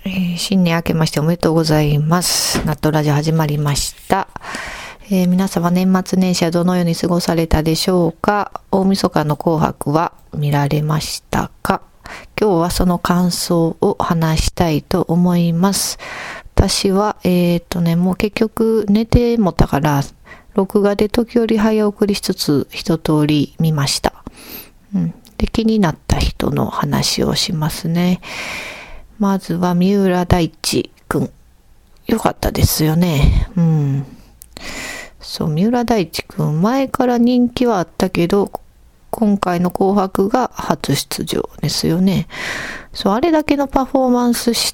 新年明けましておめでとうございます。ナットラジオ始まりました。皆様年末年始はどのように過ごされたでしょうか。大晦日の紅白は見られましたか。今日はその感想を話したいと思います。私はもう結局寝てもたから録画で時折早送りしつつ一通り見ました。で気になった人の話をしますね。まずは三浦大知くん。よかったですよね。そう、三浦大知くん、前から人気はあったけど、今回の紅白が初出場ですよね。そう、あれだけのパフォーマンスして、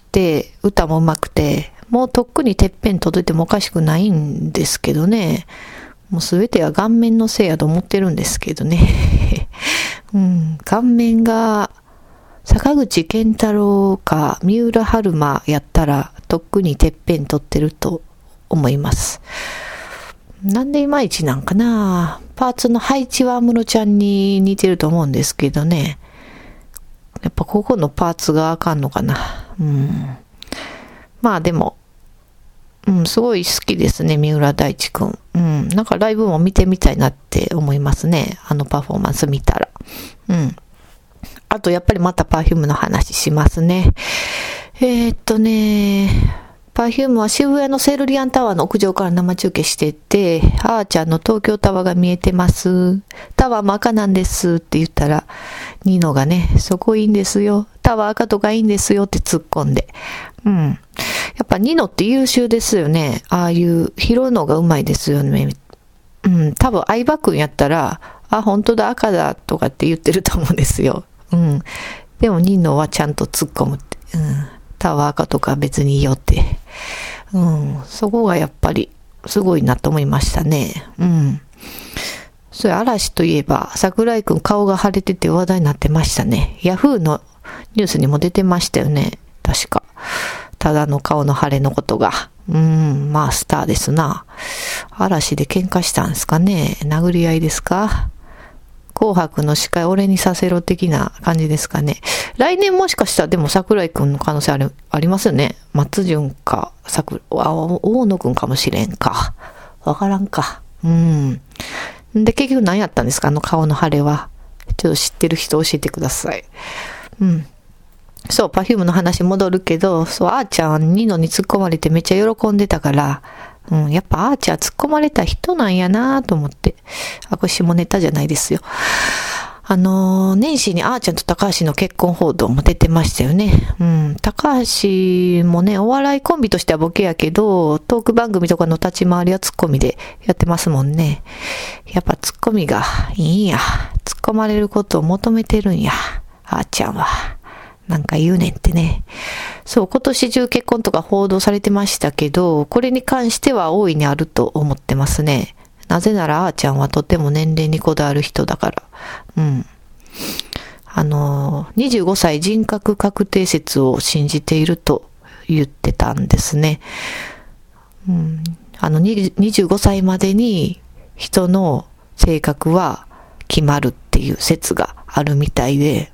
歌も上手くて、もうとっくにてっぺん届いてもおかしくないんですけどね。もうすべては顔面のせいやと思ってるんですけどね。顔面が、坂口健太郎か三浦春馬やったらとっくにてっぺん取ってると思います。なんでいまいちなんかな。パーツの配置は安室ちゃんに似てると思うんですけどね。やっぱここのパーツがあかんのかな。まあでも、すごい好きですね、三浦大知くん。なんかライブも見てみたいなって思いますね。あのパフォーマンス見たら。あとやっぱりまたパフュームの話しますね。パフュームは渋谷のセルリアンタワーの屋上から生中継してて、あーちゃんの東京タワーが見えてます。タワーも赤なんですって言ったら、ニノがね、そこいいんですよ。タワー赤とかいいんですよって突っ込んで。やっぱニノって優秀ですよね。ああいう拾うのがうまいですよね。多分相葉くんやったら、あ、本当だ赤だとかって言ってると思うんですよ。でもニノはちゃんと突っ込むって。タワー赤とか別にいいよって。そこがやっぱりすごいなと思いましたね。それ嵐といえば桜井くん顔が腫れてて話題になってましたね。ヤフーのニュースにも出てましたよね。確か。ただの顔の腫れのことが。まあスターですな。嵐で喧嘩したんですかね。殴り合いですか。紅白の司会俺にさせろ的な感じですかね。来年もしかしたらでも桜井くんの可能性ありますよね。松潤か大野くんかもしれんか。わからんか。で結局何やったんですかあの顔の腫れは。ちょっと知ってる人教えてください。そう、パフュームの話戻るけど、そう、あーちゃんニノに突っ込まれてめっちゃ喜んでたから、やっぱあーちゃん突っ込まれた人なんやなと思って。これ下ネタじゃないですよ。年始にあーちゃんと高橋の結婚報道も出てましたよね。高橋もね、お笑いコンビとしてはボケやけど、トーク番組とかの立ち回りはツッコミでやってますもんね。やっぱツッコミがいいんや。突っ込まれることを求めてるんや。あーちゃんは。なんか言うねんってね。そう、今年中結婚とか報道されてましたけど、これに関しては大いにあると思ってますね。なぜならあーちゃんはとても年齢にこだわる人だから。25歳人格確定説を信じていると言ってたんですね。25歳までに人の性格は決まるっていう説があるみたいで、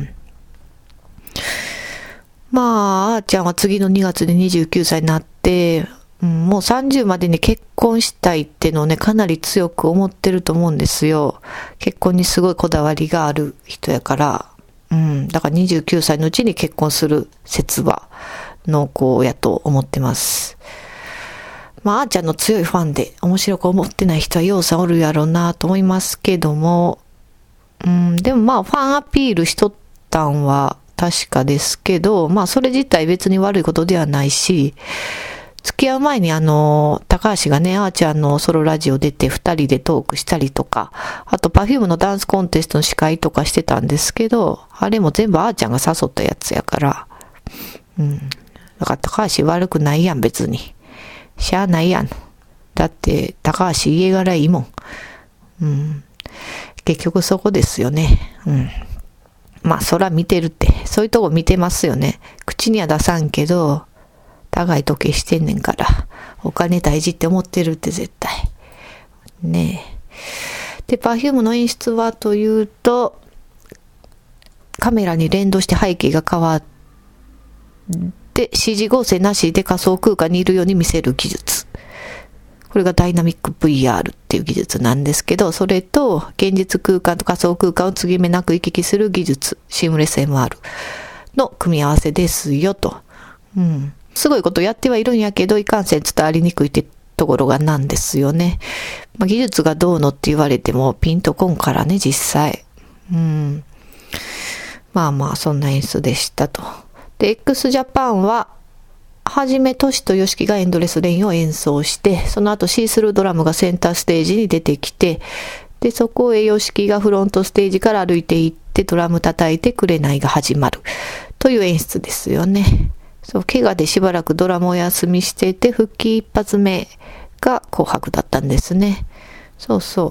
まあ、あーちゃんは次の2月で29歳になって、もう30までに結婚したいってのをね、かなり強く思ってると思うんですよ。結婚にすごいこだわりがある人やから、だから29歳のうちに結婚する説は濃厚やと思ってます。まあ、あーちゃんの強いファンで面白く思ってない人はようさんおるやろうなと思いますけども、でもまあ、ファンアピールしとったんは確かですけど、まあ、それ自体別に悪いことではないし、付き合う前に高橋がね、あーちゃんのソロラジオ出て二人でトークしたりとか、あとパフュームのダンスコンテストの司会とかしてたんですけど、あれも全部あーちゃんが誘ったやつやから、だから高橋悪くないやん別に。しゃあないやん。だって高橋家柄いいもん。結局そこですよね。まあ空見てるって、そういうとこ見てますよね。口には出さんけど、高い時計してんねんから、お金大事って思ってるって絶対。ねえ。で、パフュームの演出はというと、カメラに連動して背景が変わっで、指示合成なしで仮想空間にいるように見せる技術。これがダイナミック VR っていう技術なんですけど、それと現実空間と仮想空間を継ぎ目なく行き来する技術、シームレス MR の組み合わせですよと。すごいことやってはいるんやけど、いかんせん伝わりにくいってところがなんですよね。技術がどうのって言われてもピンとこんからね、実際。まあそんな演出でしたと。で、x ジャパンは、はじめとしとよしきがエンドレスレインを演奏して、その後シースルードラムがセンターステージに出てきて、で、そこへよしきがフロントステージから歩いていって、ドラム叩いてくれないが始まる。という演出ですよね。そう、怪我でしばらくドラムを休みしてて、復帰一発目が紅白だったんですね。そうそう。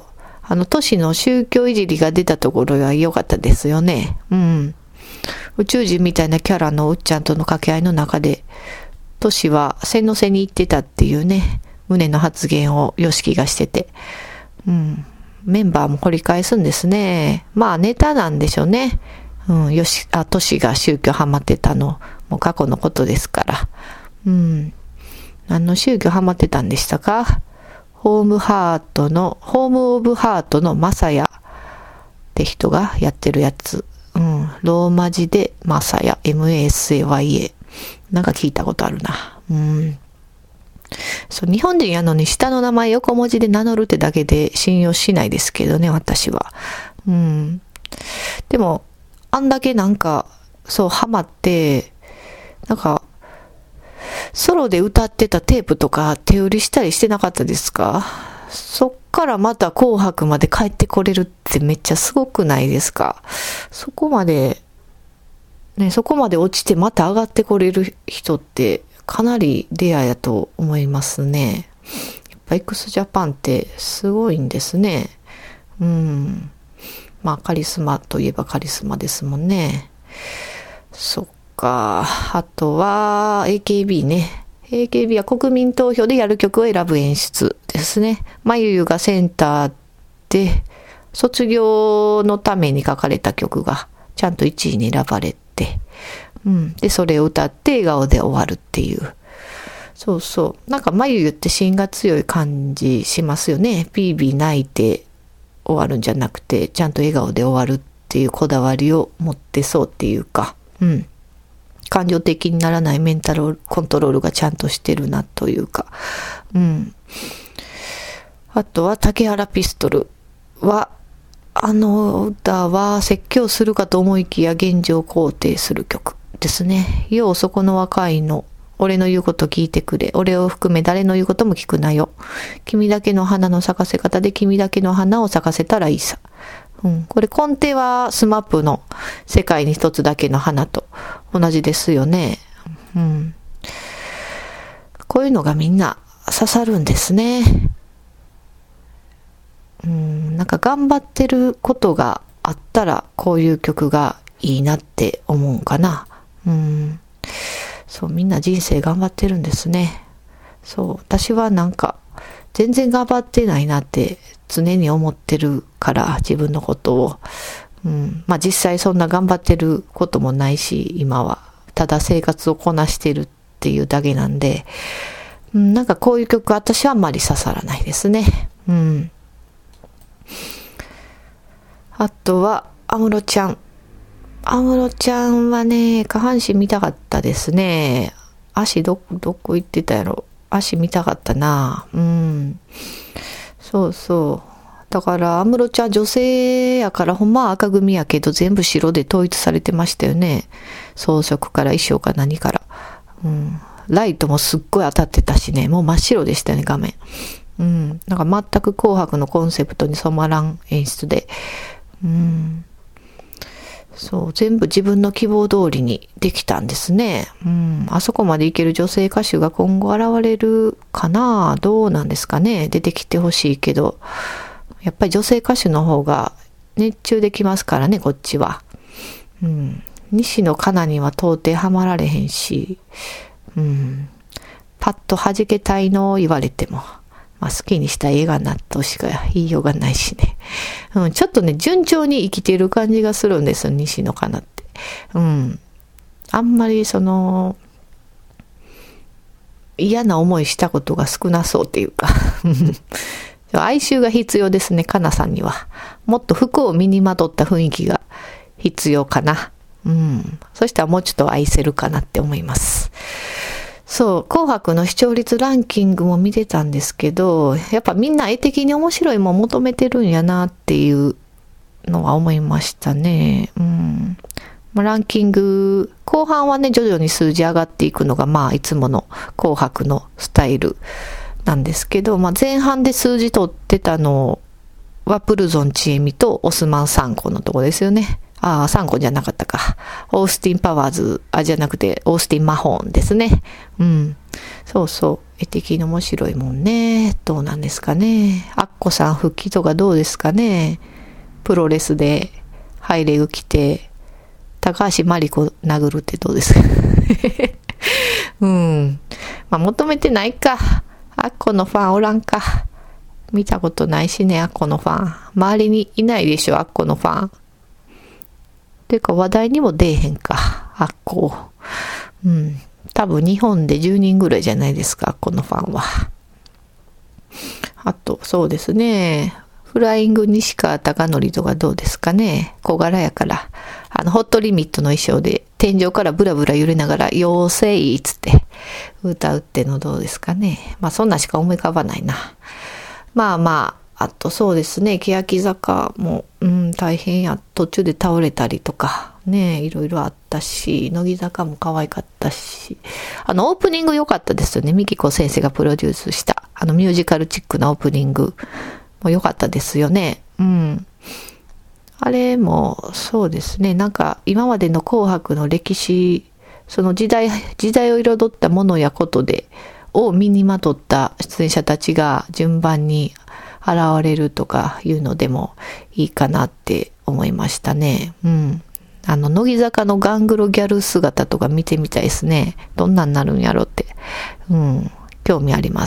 都市の宗教いじりが出たところは良かったですよね。宇宙人みたいなキャラのうっちゃんとの掛け合いの中で、都市は洗脳線に行ってたっていうね、胸の発言をヨシキがしてて、メンバーも掘り返すんですね。まあネタなんでしょうね。都市が宗教ハマってたの、もう過去のことですから。何の宗教ハマってたんでしたか？ホームオブハートのマサヤって人がやってるやつ。ローマ字でマサヤ、MASAYA。なんか聞いたことあるな。そう、日本人やのに下の名前横文字で名乗るってだけで信用しないですけどね、私は。でも、あんだけなんか、そう、ハマって、なんか、ソロで歌ってたテープとか手売りしたりしてなかったですか？そっからまた紅白まで帰ってこれるってめっちゃすごくないですか？そこまで落ちてまた上がってこれる人ってかなりレアやと思いますね。やっぱ x ジャパンってすごいんですね。まあカリスマといえばカリスマですもんね。そっか。あとは AKB ね。AKB は国民投票でやる曲を選ぶ演出ですね。まゆゆがセンターで卒業のために書かれた曲がちゃんと1位に選ばれて、で、それを歌って笑顔で終わるっていう。そうそう。なんかまゆゆって芯が強い感じしますよね。ピービー泣いて終わるんじゃなくて、ちゃんと笑顔で終わるっていうこだわりを持ってそうっていうか、感情的にならないメンタルコントロールがちゃんとしてるなというか、あとは竹原ピストルは、歌は説教するかと思いきや現状肯定する曲ですね。ようそこの若いの、俺の言うこと聞いてくれ。俺を含め誰の言うことも聞くなよ。君だけの花の咲かせ方で君だけの花を咲かせたらいいさ。これ根底はスマップの世界に一つだけの花と同じですよね。こういうのがみんな刺さるんですね。なんか頑張ってることがあったらこういう曲がいいなって思うんかな。そう、みんな人生頑張ってるんですね。そう、私はなんか全然頑張ってないなって常に思ってるから自分のことを。まあ実際そんな頑張ってることもないし、今はただ生活をこなしてるっていうだけなんで、なんかこういう曲私はあんまり刺さらないですね。あとは安室ちゃん。安室ちゃんはね、下半身見たかったですね。足どこ行ってたやろ。足見たかったな。そうそう。だから安室ちゃん女性やからほんまは赤組やけど全部白で統一されてましたよね。装飾から衣装か何から。ライトもすっごい当たってたしね。もう真っ白でしたよね、画面。なんか全く紅白のコンセプトに染まらん演出で。そう、全部自分の希望通りにできたんですね。あそこまでいける女性歌手が今後現れるかな？どうなんですかね？出てきてほしいけど、やっぱり女性歌手の方が熱中できますからね、こっちは。西野カナには到底ハマられへんし、パッと弾けたいのを言われても、好きにした映画になったとしか言いようがないしね。ちょっとね、順調に生きてる感じがするんですよ、西野カナって。あんまり嫌な思いしたことが少なそうっていうか哀愁が必要ですね、かなさんには。もっと服を身にまとった雰囲気が必要かな。そしたらもうちょっと愛せるかなって思います。そう、紅白の視聴率ランキングも見てたんですけど、やっぱみんな絵的に面白いもん求めてるんやなっていうのは思いましたね。ランキング、後半はね、徐々に数字上がっていくのが、いつもの紅白のスタイルなんですけど、前半で数字取ってたのは、プルゾンチエミとオスマンサンコのとこですよね。サンコじゃなかったか。オースティンパワーズ、じゃなくて、オースティンマホーンですね。そうそう。絵的に面白いもんね。どうなんですかね。アッコさん復帰とかどうですかね。プロレスでハイレグ着て、高橋真理子殴るってどうですか求めてないか。アッコのファンおらんか。見たことないしね、アッコのファン。周りにいないでしょ、アッコのファン。てか話題にも出えへんか、アッコ。多分日本で10人ぐらいじゃないですか、アッコのファンは。あと、そうですね。フライング西川貴教とかどうですかね。小柄やから。ホットリミットの衣装で天井からブラブラ揺れながら、妖精つって歌うってのどうですかね。そんなんしか思い浮かばないな。あとそうですね、欅坂も、大変や、途中で倒れたりとか、ね、いろいろあったし、乃木坂も可愛かったし、オープニング良かったですよね、ミキコ先生がプロデュースした、ミュージカルチックなオープニングも良かったですよね。あれも、そうですね、今までの紅白の歴史、その時代を彩ったものやことを身にまとった出演者たちが順番に現れるとかいうのでもいいかなって思いましたね。乃木坂のガングロギャル姿とか見てみたいですね。どんなんなるんやろって。興味あります。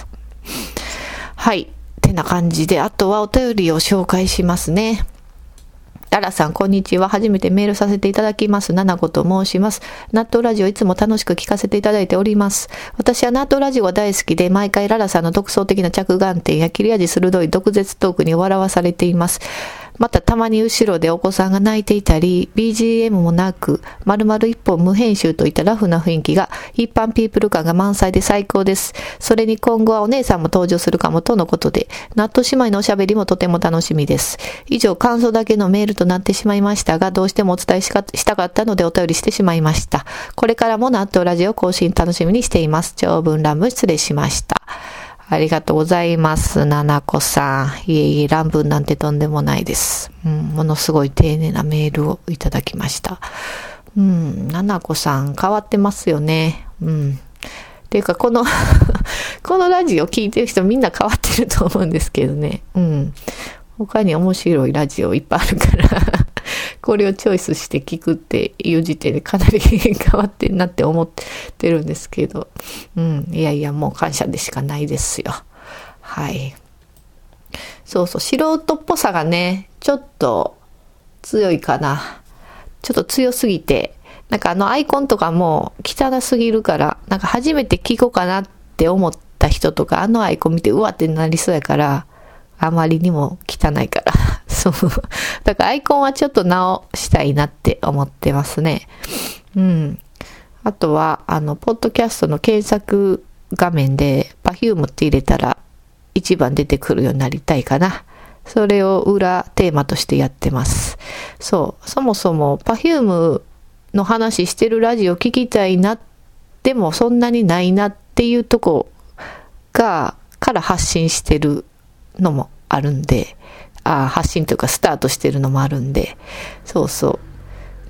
はい。ってな感じで、あとはお便りを紹介しますね。ララさん、こんにちは。初めてメールさせていただきます。ナナコと申します。納豆ラジオいつも楽しく聞かせていただいております。私は納豆ラジオが大好きで、毎回ララさんの独創的な着眼点や切れ味鋭い毒舌トークに笑わされています。またたまに後ろでお子さんが泣いていたり、BGM もなく、丸々一本無編集といったラフな雰囲気が、一般ピープル感が満載で最高です。それに今後はお姉さんも登場するかもとのことで、納豆姉妹のおしゃべりもとても楽しみです。以上、感想だけのメールとなってしまいましたが、どうしてもお伝えしたかったのでお便りしてしまいました。これからも納豆ラジオ更新楽しみにしています。長文乱文失礼しました。ありがとうございます。ななこさん。いえいえ、乱文なんてとんでもないです。ものすごい丁寧なメールをいただきました。ななこさん、変わってますよね。っていうか、このラジオ聞いてる人みんな変わってると思うんですけどね。他に面白いラジオいっぱいあるからこれをチョイスして聞くっていう時点でかなり変わってんなって思ってるんですけど、いやいやもう感謝でしかないですよ。はい。そうそう、素人っぽさがね、ちょっと強いかな。ちょっと強すぎて、アイコンとかも汚すぎるから、初めて聞こうかなって思った人とか、アイコン見てうわってなりそうやから、あまりにも汚いから。そう。だからアイコンはちょっと直したいなって思ってますね。あとは、ポッドキャストの検索画面で Perfume って入れたら一番出てくるようになりたいかな。それを裏テーマとしてやってます。そう。そもそも Perfume の話してるラジオ聞きたいな、でもそんなにないなっていうとこから発信してるのもあるんで、発信というかスタートしてるのもあるんで、そうそう、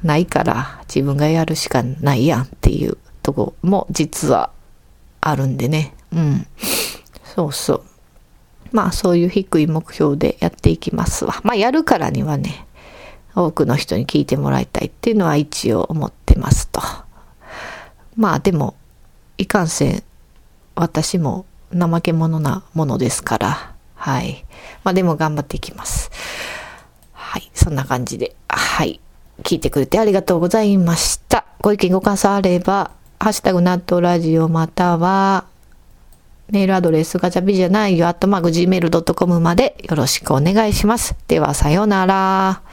ないから自分がやるしかないやんっていうとこも実はあるんでね。そうそう。そういう低い目標でやっていきますわ。やるからにはね、多くの人に聞いてもらいたいっていうのは一応思ってますと。でも、いかんせん、私も怠け者なものですから、はい。でも頑張っていきます。はい。そんな感じで。はい。聞いてくれてありがとうございました。ご意見ご感想あれば、ハッシュタグ納豆ラジオまたは、 メールアドレスガチャピじゃないよ、@gmail.com までよろしくお願いします。では、さようなら。